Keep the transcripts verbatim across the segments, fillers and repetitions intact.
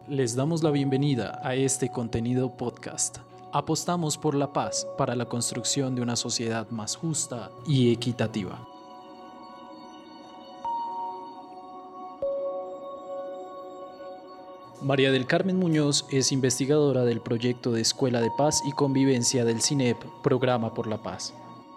Les damos la bienvenida a este contenido podcast. Apostamos por la paz para la construcción de una sociedad más justa y equitativa. María del Carmen Muñoz es investigadora del proyecto de Escuela de Paz y Convivencia del CINEP, Programa por la Paz.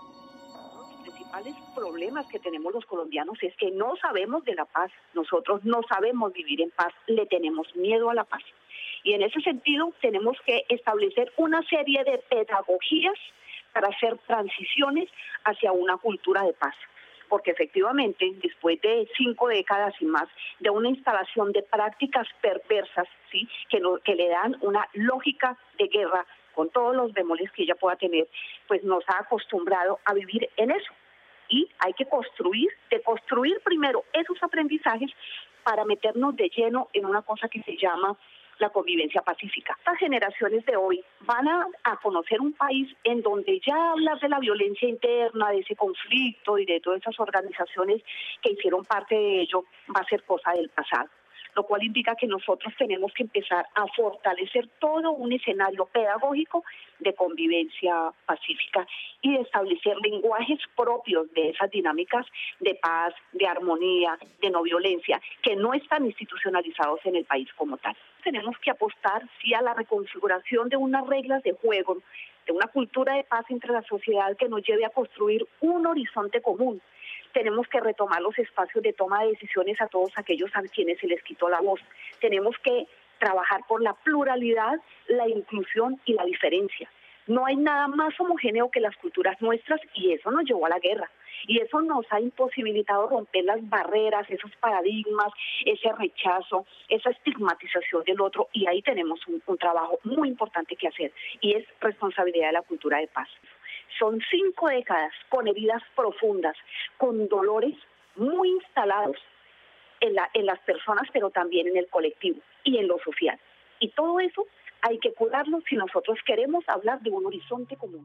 Los principales problemas que tenemos los colombianos es que no sabemos de la paz, nosotros no sabemos vivir en paz, le tenemos miedo a la paz. Y en ese sentido tenemos que establecer una serie de pedagogías para hacer transiciones hacia una cultura de paz. Porque efectivamente, después de cinco décadas y más de una instalación de prácticas perversas, ¿sí?, que, no, que le dan una lógica de guerra con todos los bemoles que ella pueda tener, pues nos ha acostumbrado a vivir en eso. Y hay que construir, deconstruir primero esos aprendizajes para meternos de lleno en una cosa que se llama la convivencia pacífica. Estas generaciones de hoy van a, a conocer un país en donde ya hablar de la violencia interna, de ese conflicto y de todas esas organizaciones que hicieron parte de ello va a ser cosa del pasado. Lo cual indica que nosotros tenemos que empezar a fortalecer todo un escenario pedagógico de convivencia pacífica y de establecer lenguajes propios de esas dinámicas de paz, de armonía, de no violencia, que no están institucionalizados en el país como tal. Tenemos que apostar, sí, a la reconfiguración de unas reglas de juego, de una cultura de paz entre la sociedad que nos lleve a construir un horizonte común. Tenemos que retomar los espacios de toma de decisiones a todos aquellos a quienes se les quitó la voz. Tenemos que trabajar por la pluralidad, la inclusión y la diferencia. No hay nada más homogéneo que las culturas nuestras y eso nos llevó a la guerra. Y eso nos ha imposibilitado romper las barreras, esos paradigmas, ese rechazo, esa estigmatización del otro. Y ahí tenemos un, un trabajo muy importante que hacer y es responsabilidad de la cultura de paz. Son cinco décadas con heridas profundas, con dolores muy instalados en, la, en las personas, pero también en el colectivo y en lo social. Y todo eso hay que curarlo si nosotros queremos hablar de un horizonte común.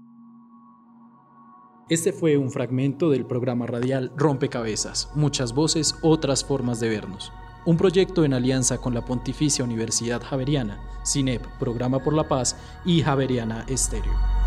Este fue un fragmento del programa radial Rompecabezas, muchas voces, otras formas de vernos. Un proyecto en alianza con la Pontificia Universidad Javeriana, CINEP, Programa por la Paz y Javeriana Estéreo.